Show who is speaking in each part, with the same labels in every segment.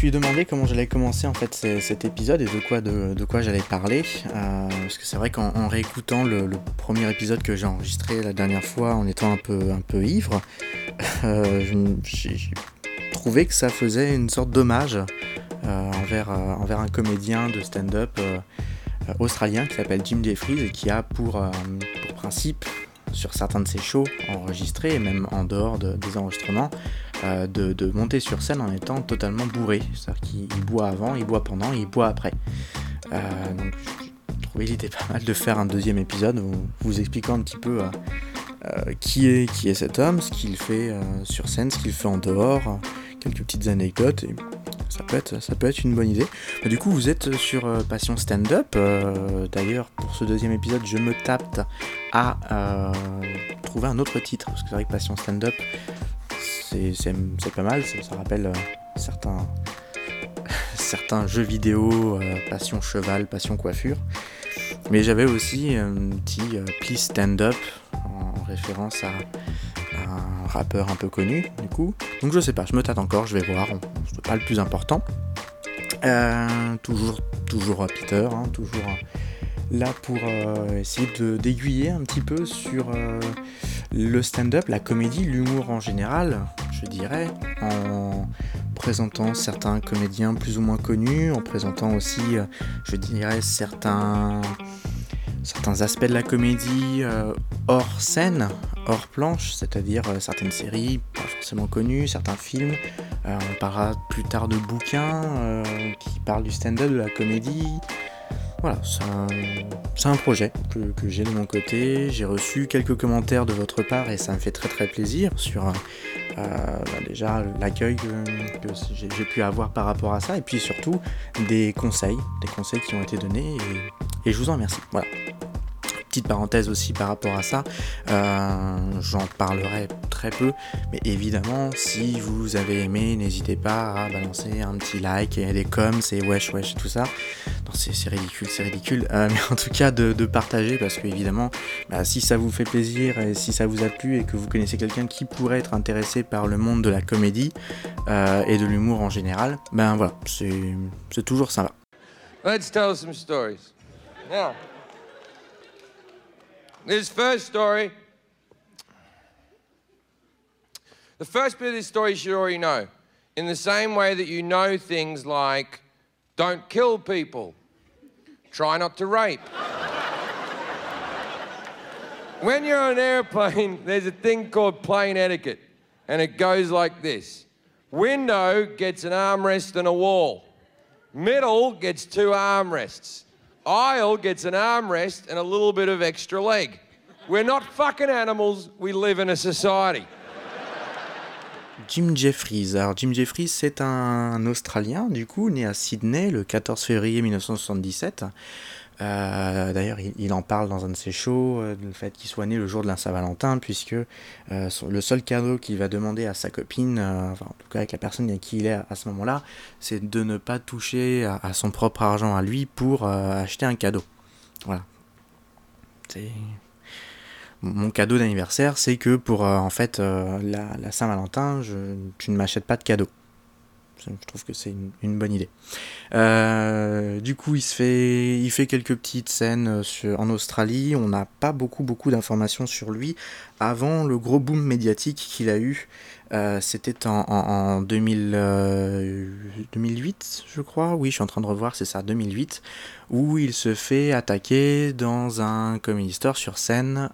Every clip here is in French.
Speaker 1: suis demandé comment j'allais commencer en fait cet épisode et de quoi j'allais parler. Parce que c'est vrai qu'en réécoutant le premier épisode que j'ai enregistré la dernière fois en étant un peu ivre, j'ai trouvé que ça faisait une sorte d'hommage envers un comédien de stand-up australien qui s'appelle Jim Jeffries et qui a pour principe, sur certains de ses shows enregistrés et même en dehors des enregistrements, de monter sur scène en étant totalement bourré. C'est-à-dire qu'il boit avant, il boit pendant, il boit après. Donc je trouvais l'idée pas mal de faire un deuxième épisode vous expliquant un petit peu qui est cet homme, ce qu'il fait sur scène, ce qu'il fait en dehors, quelques petites anecdotes, et ça peut être une bonne idée. Du coup, vous êtes sur Passion Stand-Up. D'ailleurs, pour ce deuxième épisode, je me tape à trouver un autre titre, parce que c'est vrai que Passion Stand-Up, c'est pas mal, ça rappelle certains jeux vidéo, Passion Cheval, Passion Coiffure. Mais j'avais aussi un petit Please Stand Up, en référence à un rappeur un peu connu, du coup. Donc je sais pas, je me tâte encore, je vais voir, c'est pas le plus important. Toujours Peter, toujours là pour essayer d'aiguiller un petit peu sur le stand-up, la comédie, l'humour en général, je dirais, en présentant certains comédiens plus ou moins connus, en présentant aussi, je dirais, certains aspects de la comédie hors scène, hors planche, c'est-à-dire certaines séries pas forcément connues, certains films. On parlera plus tard de bouquins qui parlent du stand-up, de la comédie. Voilà, c'est un projet que j'ai de mon côté. J'ai reçu quelques commentaires de votre part et ça me fait très très plaisir sur déjà l'accueil que j'ai pu avoir par rapport à ça, et puis surtout des conseils qui ont été donnés, et je vous en remercie. Voilà. Petite parenthèse aussi par rapport à ça, j'en parlerai très peu, mais évidemment si vous avez aimé, n'hésitez pas à balancer un petit like et des coms et wesh et tout ça. Non, c'est ridicule, mais en tout cas de partager, parce que évidemment si ça vous fait plaisir et si ça vous a plu et que vous connaissez quelqu'un qui pourrait être intéressé par le monde de la comédie et de l'humour en général, voilà, c'est toujours sympa.
Speaker 2: Let's tell some stories. Now, this first story, the first bit of this story you should already know. In the same way that you know things like, don't kill people, try not to rape. When you're on an airplane, there's a thing called plane etiquette, and it goes like this. Window gets an armrest and a wall. Middle gets 2 armrests. Aisle gets an armrest and a little bit of extra leg. We're not fucking animals, we live in a society.
Speaker 1: Jim Jeffries. Alors Jim Jeffries, c'est un Australien, du coup, né à Sydney le 14 février 1977. D'ailleurs, il en parle dans un de ses shows, le fait qu'il soit né le jour de la Saint-Valentin, puisque le seul cadeau qu'il va demander à sa copine, en tout cas avec la personne avec qui il est à ce moment-là, c'est de ne pas toucher à son propre argent à lui pour acheter un cadeau. Voilà. C'est... Mon cadeau d'anniversaire, c'est que pour la Saint-Valentin, tu ne m'achètes pas de cadeau. Je trouve que c'est une bonne idée. Du coup, il fait quelques petites scènes en Australie. On n'a pas beaucoup d'informations sur lui avant le gros boom médiatique qu'il a eu. C'était en 2008, je crois. Oui, je suis en train de revoir, c'est ça, 2008, où il se fait attaquer dans un comedy store sur scène.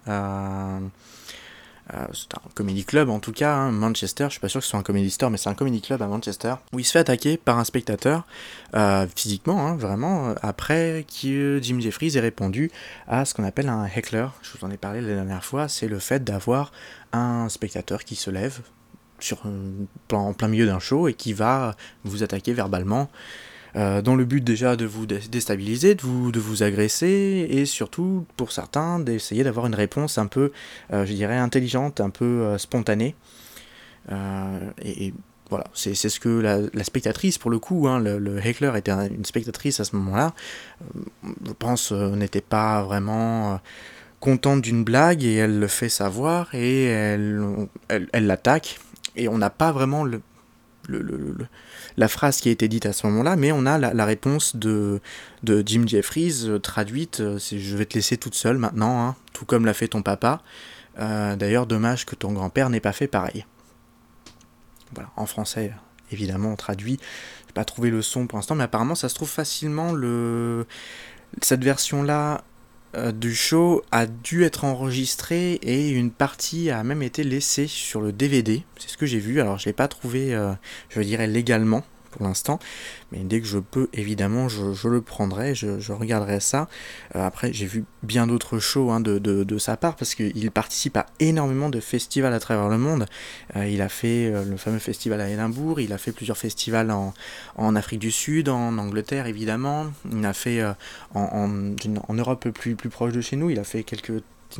Speaker 1: C'est un comedy club en tout cas, Manchester, je suis pas sûr que ce soit un comedy store, mais c'est un comedy club à Manchester, où il se fait attaquer par un spectateur, physiquement, vraiment, après que Jim Jeffries ait répondu à ce qu'on appelle un heckler. Je vous en ai parlé la dernière fois, c'est le fait d'avoir un spectateur qui se lève en plein milieu d'un show et qui va vous attaquer verbalement, dans le but déjà de vous déstabiliser, de vous agresser, et surtout, pour certains, d'essayer d'avoir une réponse un peu, je dirais, intelligente, un peu spontanée. Et voilà, c'est ce que la spectatrice, pour le coup, le heckler était une spectatrice à ce moment-là, je pense, n'était pas vraiment contente d'une blague, et elle le fait savoir, et elle l'attaque, et on n'a pas vraiment la phrase qui a été dite à ce moment-là, mais on a la réponse de Jim Jeffries traduite. Je vais te laisser toute seule maintenant, hein, tout comme l'a fait ton papa. D'ailleurs, dommage que ton grand-père n'ait pas fait pareil. Voilà, en français, évidemment, traduit. Je n'ai pas trouvé le son pour l'instant, mais apparemment, ça se trouve facilement. Cette version-là du show a dû être enregistrée et une partie a même été laissée sur le DVD. C'est ce que j'ai vu. Alors, je ne l'ai pas trouvé, je dirais, légalement pour l'instant, mais dès que je peux, évidemment, je le prendrai, je regarderai ça. Après, j'ai vu bien d'autres shows hein, de sa part, parce qu'il participe à énormément de festivals à travers le monde. Il a fait le fameux festival à Édimbourg, il a fait plusieurs festivals en Afrique du Sud, en Angleterre, évidemment. Il a fait en Europe plus proche de chez nous, il a fait quelques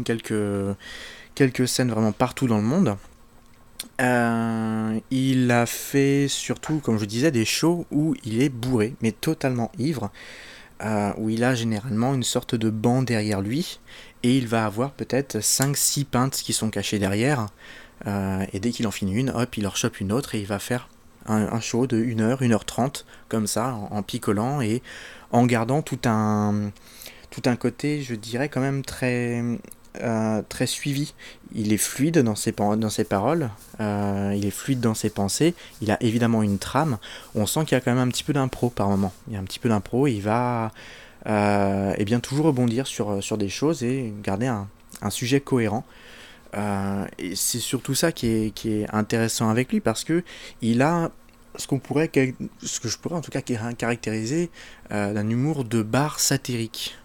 Speaker 1: scènes vraiment partout dans le monde. Il a fait surtout, comme je disais, des shows où il est bourré, mais totalement ivre, où il a généralement une sorte de banc derrière lui, et il va avoir peut-être 5-6 pintes qui sont cachées derrière, et dès qu'il en finit une, hop, il en chope une autre, et il va faire un show de 1h, 1h30, comme ça, en picolant, et en gardant tout un côté, je dirais, quand même très suivi. Il est fluide dans ses paroles, il est fluide dans ses pensées, il a évidemment une trame, on sent qu'il y a quand même un petit peu d'impro par moment, il y a un petit peu d'impro, et il va bien toujours rebondir sur des choses et garder un sujet cohérent. Et c'est surtout ça qui est intéressant avec lui, parce que il a ce que je pourrais en tout cas caractériser d'un humour de bar satirique.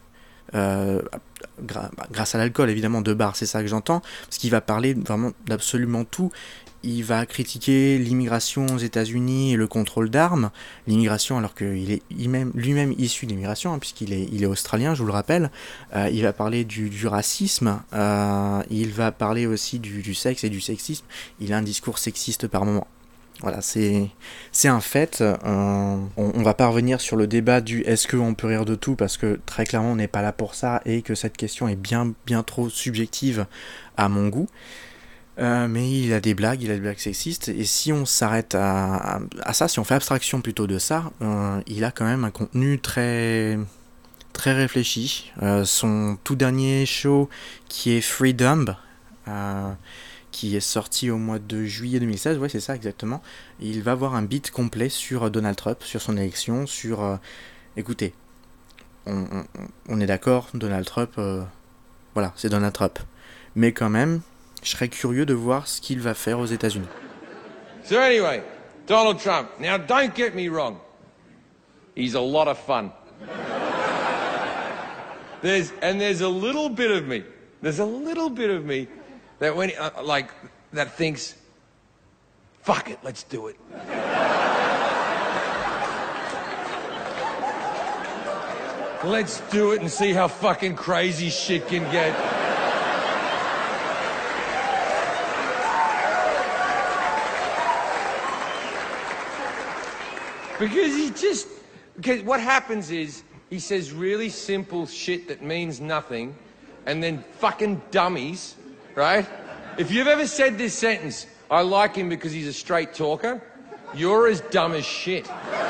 Speaker 1: Grâce à l'alcool évidemment de bar, c'est ça que j'entends, parce qu'il va parler vraiment d'absolument tout. Il va critiquer l'immigration aux États-Unis et le contrôle d'armes, l'immigration alors qu'il est lui-même issu de l'immigration, hein, puisqu'il est australien, je vous le rappelle. Il va parler du racisme, il va parler aussi du sexe et du sexisme. Il a un discours sexiste par moment. Voilà, c'est un fait. On va pas revenir sur le débat du est-ce qu'on peut rire de tout, parce que très clairement on n'est pas là pour ça, et que cette question est bien trop subjective à mon goût. Mais il a des blagues sexistes, et si on s'arrête à ça, si on fait abstraction plutôt de ça, il a quand même un contenu très réfléchi. Son tout dernier show, qui est Freedom, qui est sorti au mois de juillet 2016, ouais c'est ça exactement, il va avoir un beat complet sur Donald Trump, sur son élection, écoutez, on est d'accord, Donald Trump, voilà, c'est Donald Trump, mais quand même, je serais curieux de voir ce qu'il va faire aux États-Unis.
Speaker 2: So anyway, Donald Trump, now don't get me wrong, he's a lot of fun. There's a little bit of me that when that thinks, fuck it, let's do it. Let's do it and see how fucking crazy shit can get. Because what happens is he says really simple shit that means nothing, and then fucking dummies. Right? If you've ever said this sentence, I like him because he's a straight talker, you're as dumb as shit.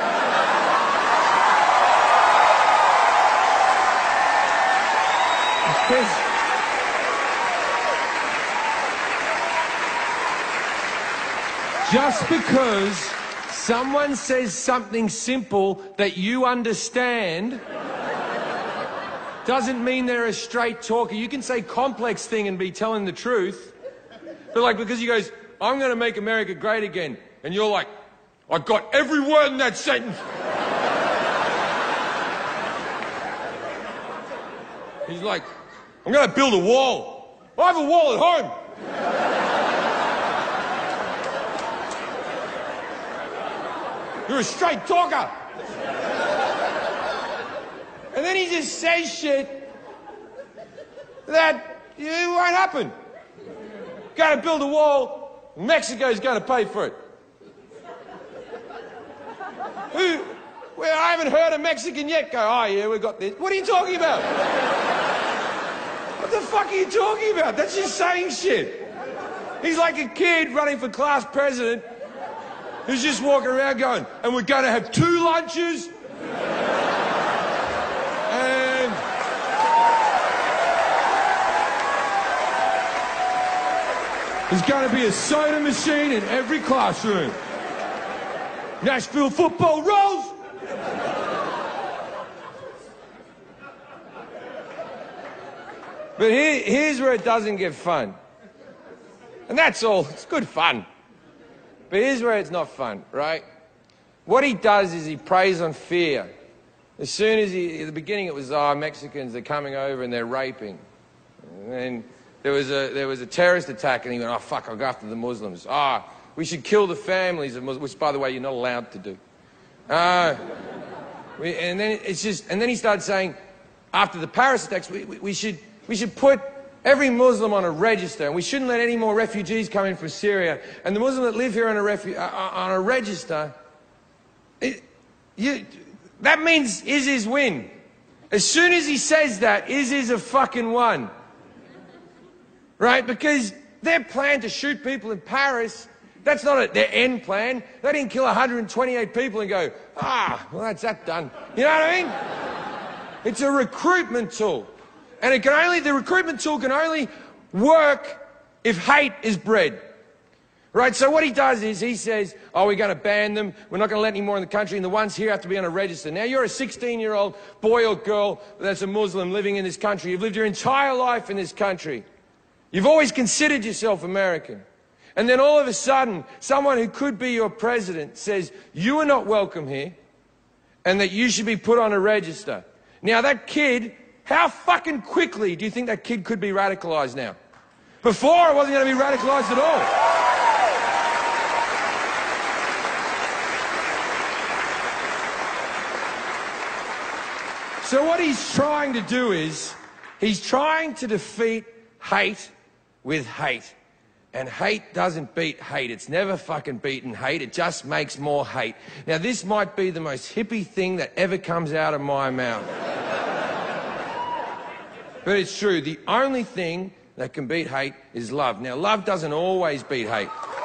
Speaker 2: Just because someone says something simple that you understand doesn't mean they're a straight talker. You can say complex thing and be telling the truth. But because he goes, I'm going to make America great again. And you're like, I got every word in that sentence. He's like, I'm going to build a wall. I have a wall at home. You're a straight talker. And then he just says shit that it won't happen. Going to build a wall, Mexico's going to pay for it. Well, I haven't heard a Mexican yet go, oh yeah, we got this. What are you talking about? What the fuck are you talking about? That's just saying shit. He's like a kid running for class president who's just walking around going, and we're going to have 2 lunches. And there's going to be a soda machine in every classroom. Nashville football rolls. But here's where it doesn't get fun. And that's all. It's good fun. But here's where it's not fun, right? What he does is he preys on fear. As soon as at the beginning it was, Mexicans, they're coming over and they're raping. And then there was a terrorist attack and he went, fuck, I'll go after the Muslims. We should kill the families of Muslims, which, by the way, you're not allowed to do. And then he started saying, after the Paris attacks, we should put every Muslim on a register, and we shouldn't let any more refugees come in from Syria. And the Muslims that live here on a register, that means ISIS win. As soon as he says that, ISIS have fucking won. Right? Because their plan to shoot people in Paris, that's not their end plan. They didn't kill 128 people and go, well, that's that done. You know what I mean? It's a recruitment tool. And the recruitment tool can only work if hate is bred. Right, so what he does is he says, we're going to ban them, we're not going to let any more in the country, and the ones here have to be on a register. Now, you're a 16-year-old boy or girl that's a Muslim living in this country. You've lived your entire life in this country. You've always considered yourself American. And then all of a sudden, someone who could be your president says, you are not welcome here, and that you should be put on a register. Now, that kid, how fucking quickly do you think that kid could be radicalized now? Before, it wasn't going to be radicalized at all. So what he's trying to do is, he's trying to defeat hate with hate. And hate doesn't beat hate. It's never fucking beaten hate. It just makes more hate. Now, this might be the most hippie thing that ever comes out of my mouth. But it's true. The only thing that can beat hate is love. Now, love doesn't always beat hate.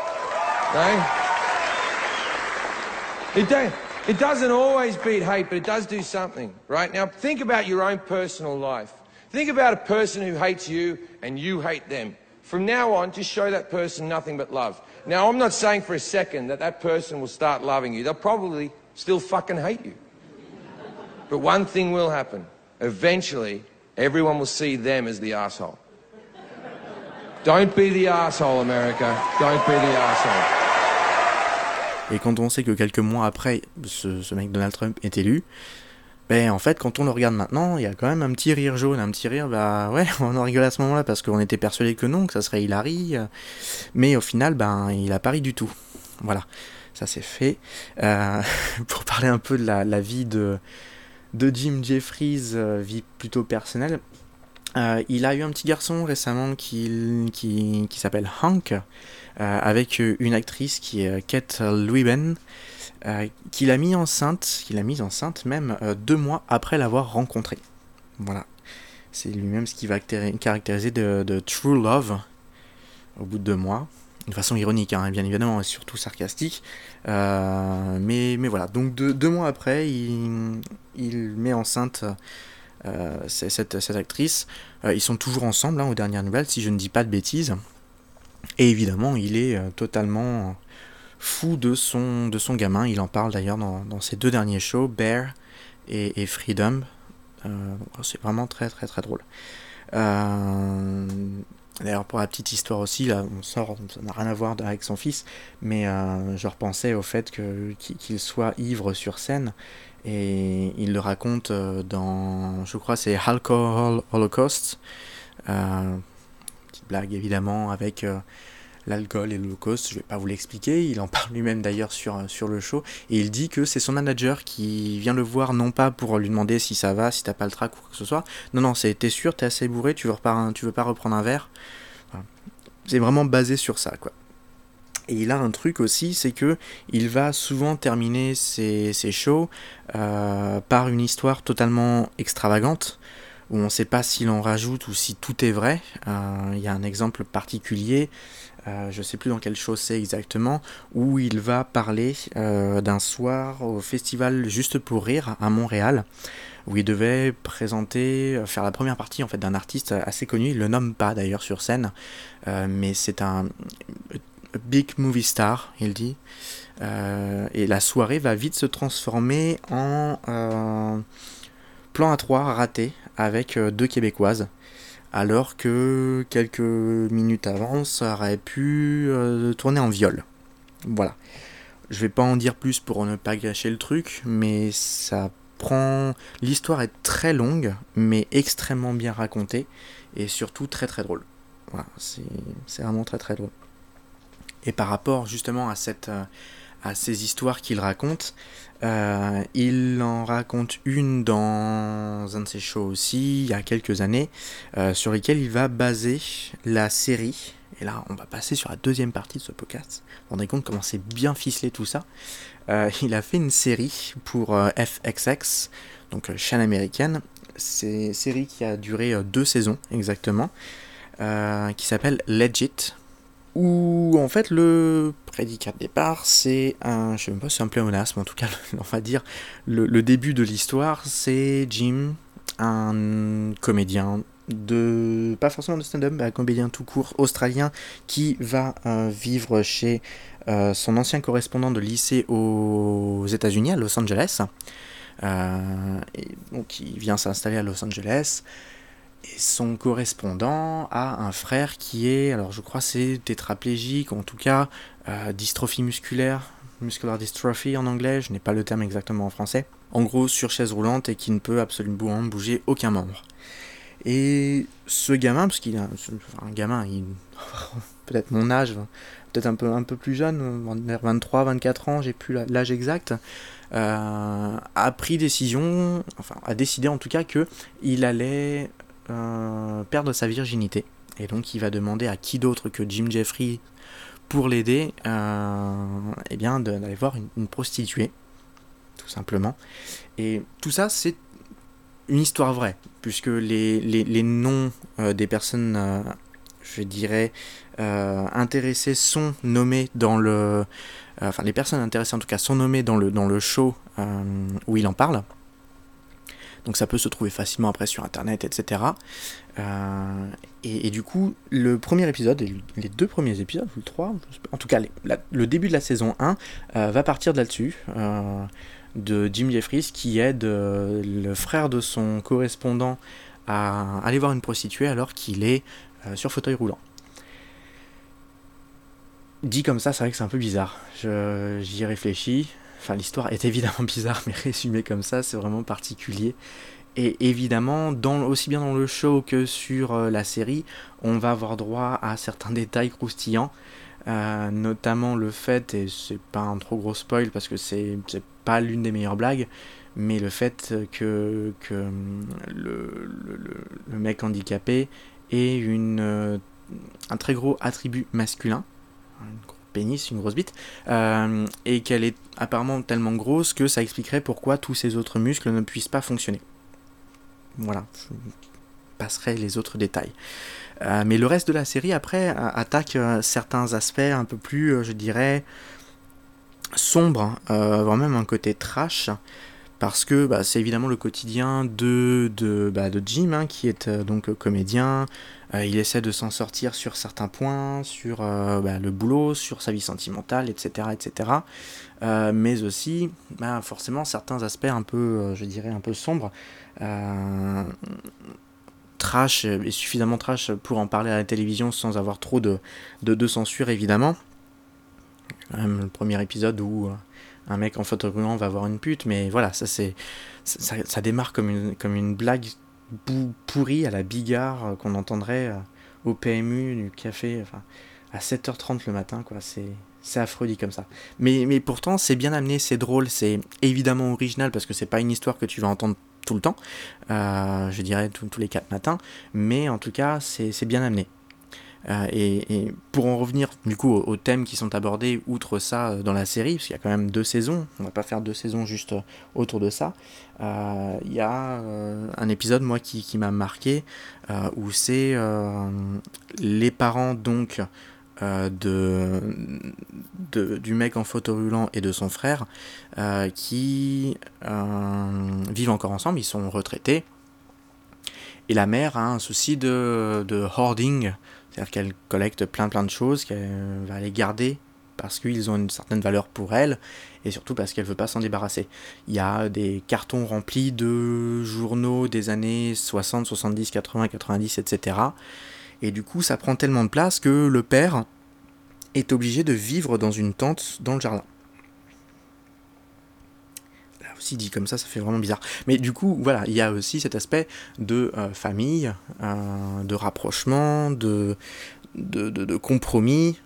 Speaker 2: Okay? It doesn't always beat hate, but it does do something, right? Now, think about your own personal life. Think about a person who hates you and you hate them. From now on, just show that person nothing but love. Now, I'm not saying for a second that that person will start loving you. They'll probably still fucking hate you. But one thing will happen. Eventually, everyone will see them as the asshole. Don't be the asshole, America. Don't be the asshole.
Speaker 1: Et quand on sait que quelques mois après, ce mec Donald Trump est élu, ben en fait, quand on le regarde maintenant, il y a quand même un petit rire jaune, un petit rire, bah ouais, on en rigole à ce moment-là parce qu'on était persuadé que non, que ça serait Hillary, mais au final, ben il a pas ri du tout. Voilà, ça c'est fait. Pour parler un peu de la vie de Jim Jeffries, vie plutôt personnelle, il a eu un petit garçon récemment qui s'appelle Hank, avec une actrice qui est Kate Lewin, qu'il a mise enceinte même 2 mois après l'avoir rencontrée. Voilà, c'est lui-même ce qui va caractériser de true love au bout de 2 mois, de façon ironique, hein, bien évidemment, et surtout sarcastique, mais voilà, donc 2 mois après, il met enceinte cette actrice. Ils sont toujours ensemble, hein, aux dernières nouvelles, si je ne dis pas de bêtises. Et évidemment, il est totalement fou de son gamin. Il en parle d'ailleurs dans ses 2 derniers shows, Bear et Freedom. C'est vraiment très très très drôle. D'ailleurs, pour la petite histoire aussi, là, ça n'a rien à voir avec son fils, mais je repensais au fait qu'il soit ivre sur scène. Et il le raconte dans, je crois, c'est Alcohol Holocaust. Petite blague évidemment avec l'alcool et l'Holocauste, je vais pas vous l'expliquer, il en parle lui-même d'ailleurs sur le show, et il dit que c'est son manager qui vient le voir, non pas pour lui demander si ça va, si t'as pas le trac ou quoi que ce soit, non, t'es sûr, t'es assez bourré, tu veux pas reprendre un verre, voilà. C'est vraiment basé sur ça, quoi. Et il a un truc aussi, c'est que il va souvent terminer ses shows par une histoire totalement extravagante, où on ne sait pas s'il en rajoute ou si tout est vrai. Il y a un exemple particulier, je ne sais plus dans quelle chose c'est exactement, où il va parler d'un soir au festival Juste pour Rire à Montréal, où il devait faire la première partie en fait, d'un artiste assez connu. Il ne le nomme pas d'ailleurs sur scène, mais c'est un big movie star, il dit. Et la soirée va vite se transformer en plan à 3 raté avec 2 Québécoises, alors que quelques minutes avant, ça aurait pu tourner en viol. Voilà. Je vais pas en dire plus pour ne pas gâcher le truc, mais ça prend... L'histoire est très longue, mais extrêmement bien racontée, et surtout très très drôle. Voilà, c'est vraiment très très drôle. Et par rapport justement à ces histoires qu'il raconte, il en raconte une dans un de ses shows aussi, il y a quelques années, sur lesquelles il va baser la série. Et là, on va passer sur la deuxième partie de ce podcast. Vous vous rendez compte comment c'est bien ficelé tout ça. Il a fait une série pour FXX, donc chaîne américaine. C'est une série qui a duré 2 saisons exactement, qui s'appelle Legit, où en fait le prédicat de départ c'est je sais même pas si c'est un pléonasme, en tout cas on va dire le début de l'histoire, c'est Jim, un comédien pas forcément de stand-up, mais un comédien tout court australien qui va vivre chez son ancien correspondant de lycée aux États-Unis, à Los Angeles. Et donc il vient s'installer à Los Angeles. Et son correspondant a un frère qui est, alors je crois c'est tétraplégique, en tout cas dystrophie musculaire, muscular dystrophy en anglais, je n'ai pas le terme exactement en français. En gros, sur chaise roulante et qui ne peut absolument bouger aucun membre. Et ce gamin, parce qu'il a un gamin, peut-être mon âge, peut-être un peu plus jeune, vers 23, 24 ans, j'ai plus l'âge exact, a décidé en tout cas qu'il allait perdre sa virginité, et donc il va demander à qui d'autre que Jim Jeffries pour l'aider d'aller voir une prostituée, tout simplement. Et tout ça c'est une histoire vraie, puisque les noms des personnes je dirais intéressées sont nommées dans le les personnes intéressées en tout cas sont nommées dans le show où il en parle. Donc ça peut se trouver facilement après sur internet, etc. Et du coup, le premier épisode, et les 2 premiers épisodes, ou le 3, en tout cas le début de la saison 1, va partir de là-dessus, de Jim Jeffries qui aide le frère de son correspondant à aller voir une prostituée alors qu'il est sur fauteuil roulant. Dit comme ça, c'est vrai que c'est un peu bizarre. J'y réfléchis. Enfin, l'histoire est évidemment bizarre, mais résumée comme ça, c'est vraiment particulier. Et évidemment, aussi bien dans le show que sur la série, on va avoir droit à certains détails croustillants, notamment le fait, et c'est pas un trop gros spoil parce que c'est pas l'une des meilleures blagues, mais le fait que le mec handicapé ait un très gros attribut masculin, un gros pénis, une grosse bite, et qu'elle est apparemment tellement grosse que ça expliquerait pourquoi tous ces autres muscles ne puissent pas fonctionner. Voilà, je passerai les autres détails. Mais le reste de la série, après, attaque certains aspects un peu plus, je dirais, sombres, voire même un côté trash, parce que c'est évidemment le quotidien de Jim, qui est donc comédien. Il essaie de s'en sortir sur certains points, sur le boulot, sur sa vie sentimentale, etc. etc. Mais aussi, forcément, certains aspects un peu, je dirais, un peu sombres. Trash, et suffisamment trash pour en parler à la télévision sans avoir trop de censure, évidemment. Même le premier épisode où un mec en fauteuil roulant va voir une pute, mais voilà, ça démarre comme une blague pourrie à la Bigard qu'on entendrait au PMU du café, à 7h30 le matin, quoi. C'est affreux dit comme ça. Mais pourtant, c'est bien amené, c'est drôle, c'est évidemment original parce que c'est pas une histoire que tu vas entendre tout le temps, je dirais tous les 4 matins, mais en tout cas, c'est bien amené. Et pour en revenir du coup aux thèmes qui sont abordés outre ça dans la série, parce qu'il y a quand même 2 saisons, on va pas faire 2 saisons juste autour de ça, il y a un épisode moi qui m'a marqué où c'est les parents donc du mec en fauteuil roulant et de son frère qui vivent encore ensemble, ils sont retraités. Et la mère a un souci de hoarding, c'est-à-dire qu'elle collecte plein de choses qu'elle va les garder parce qu'ils ont une certaine valeur pour elle et surtout parce qu'elle veut pas s'en débarrasser. Il y a des cartons remplis de journaux des années 60, 70, 80, 90, etc. Et du coup, ça prend tellement de place que le père est obligé de vivre dans une tente dans le jardin. Là aussi, dit comme ça fait vraiment bizarre. Mais du coup, voilà, il y a aussi cet aspect de famille, de rapprochement, de compromis,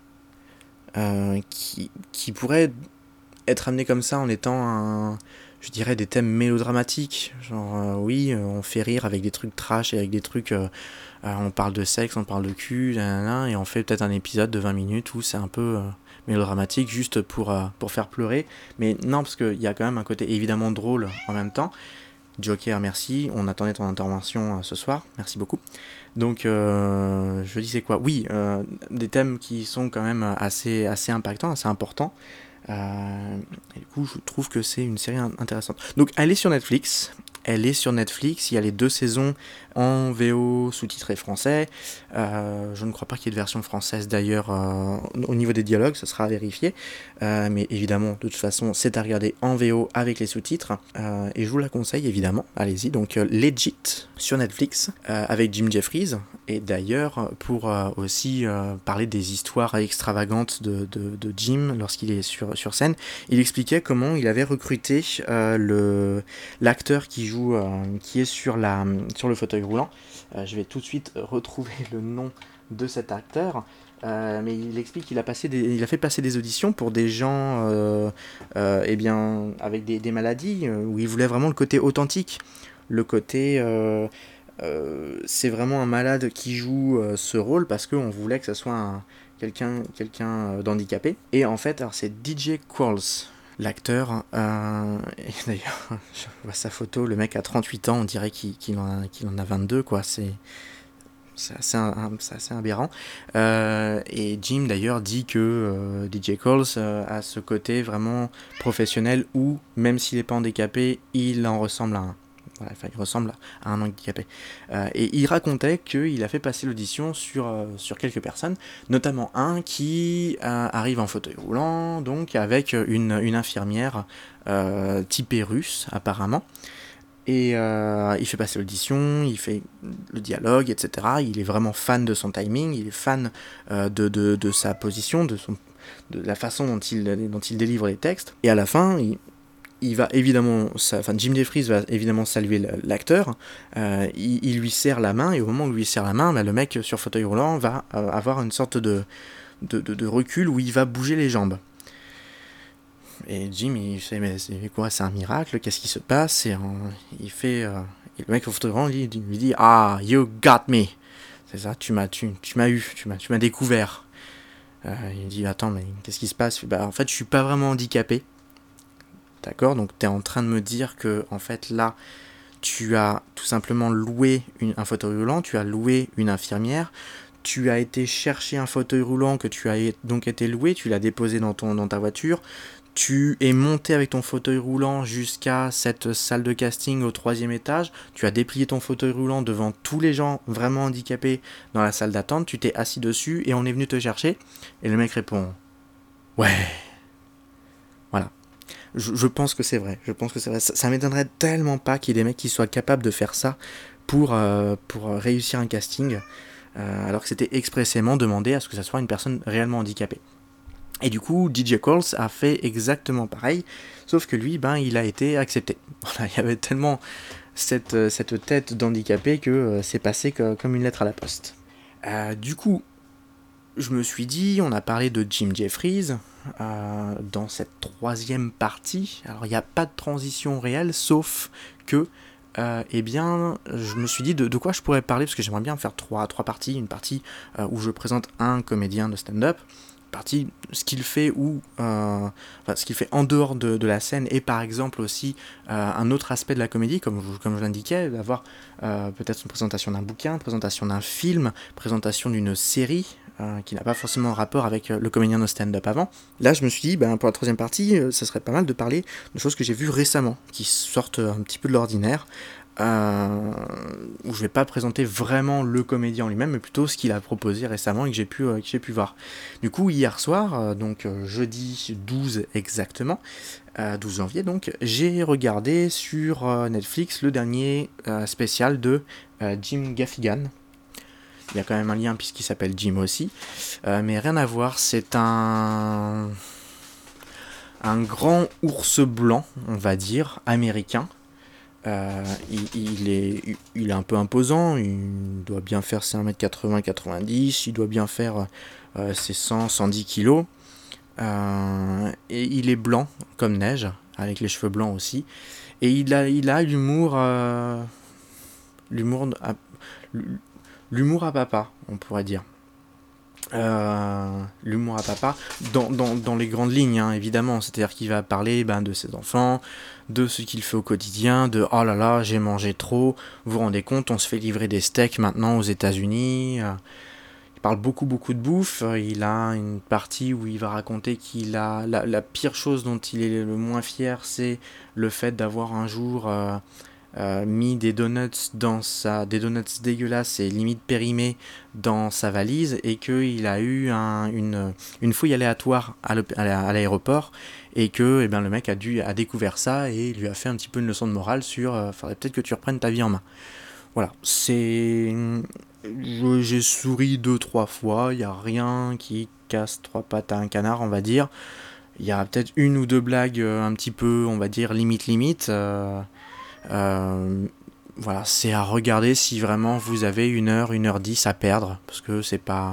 Speaker 1: qui pourrait être amené comme ça en étant je dirais des thèmes mélodramatiques, genre oui, on fait rire avec des trucs trash et avec des trucs on parle de sexe, on parle de cul, et on fait peut-être un épisode de 20 minutes où c'est un peu mélodramatique juste pour faire pleurer, mais non, parce qu'il y a quand même un côté évidemment drôle en même temps. Joker, merci, on attendait ton intervention ce soir, merci beaucoup. Donc je disais quoi, oui, des thèmes qui sont quand même assez impactants, assez importants. Et du coup, je trouve que c'est une série intéressante. Donc, elle est sur Netflix. Il y a les 2 saisons en VO sous-titré français. Je ne crois pas qu'il y ait de version française d'ailleurs au niveau des dialogues, ça sera à vérifier. Mais évidemment, de toute façon, c'est à regarder en VO avec les sous-titres. Et je vous la conseille évidemment. Allez-y, donc Legit sur Netflix avec Jim Jeffries. Et d'ailleurs, pour aussi parler des histoires extravagantes de Jim lorsqu'il est sur scène, il expliquait comment il avait recruté l'acteur qui est sur le fauteuil roulant. Je vais tout de suite retrouver le nom de cet acteur. Mais il explique qu'il a fait passer des auditions pour des gens avec des maladies où il voulait vraiment le côté authentique, le côté c'est vraiment un malade qui joue ce rôle parce qu'on voulait que ça soit quelqu'un d'handicapé. Et en fait, alors c'est DJ Qualls, l'acteur, et d'ailleurs, je vois sa photo, le mec a 38 ans, on dirait qu'il en a 22, quoi, c'est assez aberrant. Et Jim, d'ailleurs, dit que DJ Qualls a ce côté vraiment professionnel où, même s'il n'est pas handicapé, il en ressemble à un. Voilà, enfin, il ressemble à un handicapé. Et il racontait qu'il a fait passer l'audition sur quelques personnes, notamment un qui arrive en fauteuil roulant, donc avec une infirmière typée russe, apparemment. Et il fait passer l'audition, il fait le dialogue, etc. Il est vraiment fan de son timing, il est fan de sa position, de la façon dont il délivre les textes. Et à la fin, il va évidemment, Jim Jeffries va évidemment saluer l'acteur, il lui serre la main, et au moment où il lui serre la main, le mec sur fauteuil roulant va avoir une sorte de recul où il va bouger les jambes. Et Jim, il fait, mais c'est quoi, c'est un miracle, qu'est-ce qui se passe? Et il fait, et le mec au fauteuil roulant lui dit, ah, you got me, c'est ça, tu m'as eu, tu m'as découvert. Il dit, attends, mais qu'est-ce qui se passe? En fait, je suis pas vraiment handicapé. D'accord, donc tu es en train de me dire que en fait là tu as tout simplement loué un fauteuil roulant, tu as loué une infirmière, tu as été chercher un fauteuil roulant que tu as donc été loué, tu l'as déposé dans ta voiture, tu es monté avec ton fauteuil roulant jusqu'à cette salle de casting au 3e étage, tu as déplié ton fauteuil roulant devant tous les gens vraiment handicapés dans la salle d'attente, tu t'es assis dessus et on est venu te chercher. Et le mec répond, ouais. Voilà. Je pense que c'est vrai. Ça m'étonnerait tellement pas qu'il y ait des mecs qui soient capables de faire ça pour réussir un casting, alors que c'était expressément demandé à ce que ça soit une personne réellement handicapée. Et du coup, DJ Qualls a fait exactement pareil, sauf que lui, il a été accepté. Voilà, il y avait tellement cette tête d'handicapé que c'est passé comme une lettre à la poste. Du coup, je me suis dit, on a parlé de Jim Jeffries dans cette 3e partie. Alors, il n'y a pas de transition réelle, sauf que eh bien, je me suis dit de quoi je pourrais parler, parce que j'aimerais bien faire trois parties. Une partie où je présente un comédien de stand-up, partie ce qu'il fait ce qu'il fait en dehors de la scène, et par exemple aussi un autre aspect de la comédie, comme je l'indiquais, d'avoir peut-être une présentation d'un bouquin, une présentation d'un film, présentation d'une série qui n'a pas forcément rapport avec le comédien de stand-up avant. Là, je me suis dit, pour la troisième partie, ça serait pas mal de parler de choses que j'ai vues récemment, qui sortent un petit peu de l'ordinaire, où je vais pas présenter vraiment le comédien en lui-même, mais plutôt ce qu'il a proposé récemment et que j'ai pu voir. Du coup, hier soir, donc jeudi 12 exactement, 12 janvier donc, j'ai regardé sur Netflix le dernier spécial de Jim Gaffigan. Il y a quand même un lien puisqu'il s'appelle Jim aussi, mais rien à voir, c'est un grand ours blanc, on va dire, américain. Il est un peu imposant, il doit bien faire ses 1m80-90, il doit bien faire ses 100-110 kilos, et il est blanc comme neige, avec les cheveux blancs aussi, et il a l'humour à papa, on pourrait dire. L'humour à papa dans les grandes lignes, hein, évidemment, c'est-à-dire qu'il va parler de ses enfants, de ce qu'il fait au quotidien, de oh là là j'ai mangé trop, vous vous rendez compte, on se fait livrer des steaks maintenant aux États-Unis. Il parle beaucoup de bouffe. Il a une partie où il va raconter qu'il a la pire chose dont il est le moins fier, c'est le fait d'avoir un jour mis des donuts des donuts dégueulasses et limite périmés dans sa valise, et qu'il a eu une fouille aléatoire à l'aéroport, et que le mec a découvert ça et lui a fait un petit peu une leçon de morale sur faudrait peut-être que tu reprennes ta vie en main. Voilà, j'ai souri 2-3 fois, il n'y a rien qui casse 3 pattes à un canard, on va dire. Il y a peut-être une ou deux blagues un petit peu, on va dire, limite. Voilà, c'est à regarder si vraiment vous avez 1h10 à perdre, parce que c'est pas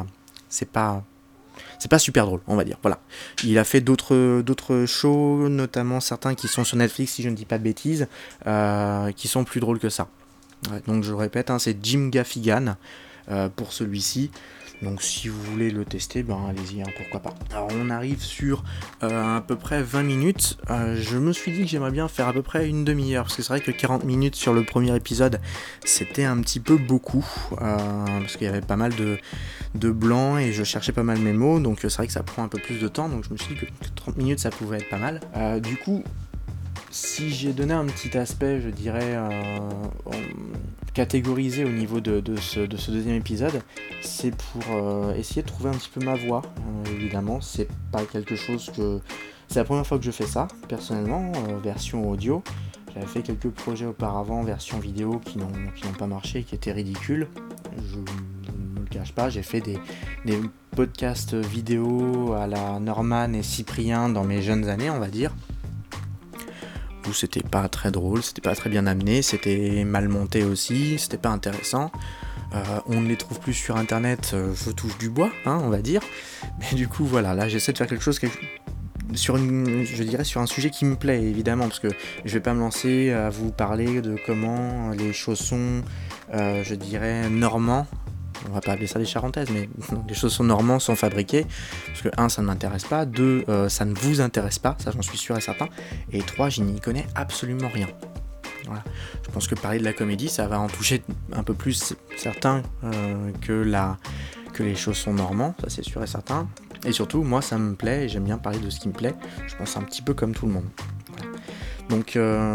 Speaker 1: super drôle, on va dire. Voilà. Il a fait d'autres shows, notamment certains qui sont sur Netflix, si je ne dis pas de bêtises, qui sont plus drôles que ça. Ouais, donc je répète, c'est Jim Gaffigan pour celui-ci. Donc si vous voulez le tester, allez-y, pourquoi pas. Alors on arrive sur à peu près 20 minutes. Je me suis dit que j'aimerais bien faire à peu près une demi-heure, parce que c'est vrai que 40 minutes sur le premier épisode, c'était un petit peu beaucoup, parce qu'il y avait pas mal de blancs et je cherchais pas mal mes mots, donc c'est vrai que ça prend un peu plus de temps, donc je me suis dit que 30 minutes ça pouvait être pas mal. Du coup, si j'ai donné un petit aspect, je dirais, catégorisé au niveau de ce deuxième épisode, c'est pour essayer de trouver un petit peu ma voix. Évidemment, c'est pas quelque chose que... C'est la première fois que je fais ça, personnellement, version audio. J'avais fait quelques projets auparavant, version vidéo, qui n'ont pas marché, qui étaient ridicules. Je ne le cache pas, j'ai fait des podcasts vidéo à la Norman et Cyprien dans mes jeunes années, on va dire. Où c'était pas très drôle, c'était pas très bien amené, c'était mal monté aussi, c'était pas intéressant. On ne les trouve plus sur internet, je touche du bois, on va dire. Mais du coup voilà, là j'essaie de faire quelque chose sur un sujet qui me plaît, évidemment, parce que je vais pas me lancer à vous parler de comment les chaussons, je dirais, normands, on va pas appeler ça des charentaises, mais les chaussons normands sont fabriqués, parce que 1, ça ne m'intéresse pas, 2, ça ne vous intéresse pas, ça j'en suis sûr et certain, et 3, je n'y connais absolument rien. Voilà. Je pense que parler de la comédie, ça va en toucher un peu plus certains que les chaussons normands, ça c'est sûr et certain. Et surtout, moi ça me plaît et j'aime bien parler de ce qui me plaît. Je pense un petit peu comme tout le monde. Voilà. Donc,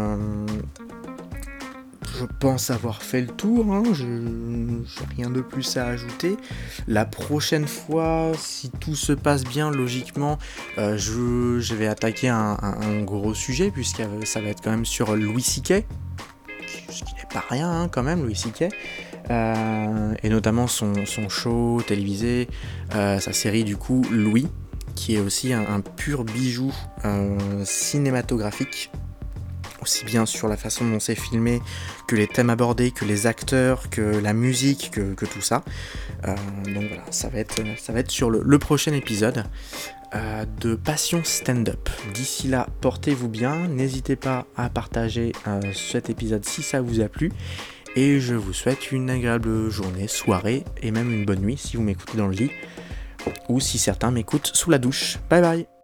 Speaker 1: je pense avoir fait le tour. Je n'ai rien de plus à ajouter. La prochaine fois, si tout se passe bien, logiquement, je vais attaquer un gros sujet, puisque ça va être quand même sur Louis C.K., ce qui n'est pas rien quand même, Louis C.K., et notamment son show télévisé, sa série du coup Louis, qui est aussi un pur bijou cinématographique, aussi bien sur la façon dont c'est filmé, que les thèmes abordés, que les acteurs, que la musique, que tout ça. Donc voilà, ça va être sur le prochain épisode. de Passion Stand-Up. D'ici là, portez-vous bien, n'hésitez pas à partager cet épisode si ça vous a plu, et je vous souhaite une agréable journée, soirée, et même une bonne nuit si vous m'écoutez dans le lit, ou si certains m'écoutent sous la douche. Bye bye.